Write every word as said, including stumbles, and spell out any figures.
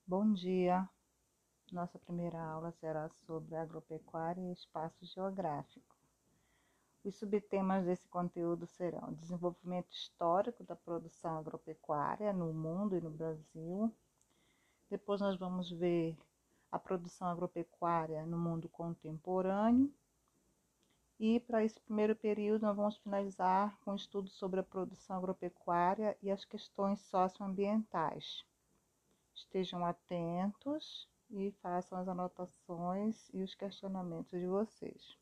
Bom dia! Nossa primeira aula será sobre agropecuária e espaço geográfico. Os subtemas desse conteúdo serão desenvolvimento histórico da produção agropecuária no mundo e no Brasil. Depois nós vamos ver a produção agropecuária no mundo contemporâneo. E para esse primeiro período nós vamos finalizar com estudos sobre a produção agropecuária e as questões socioambientais. Estejam atentos e façam as anotações e os questionamentos de vocês.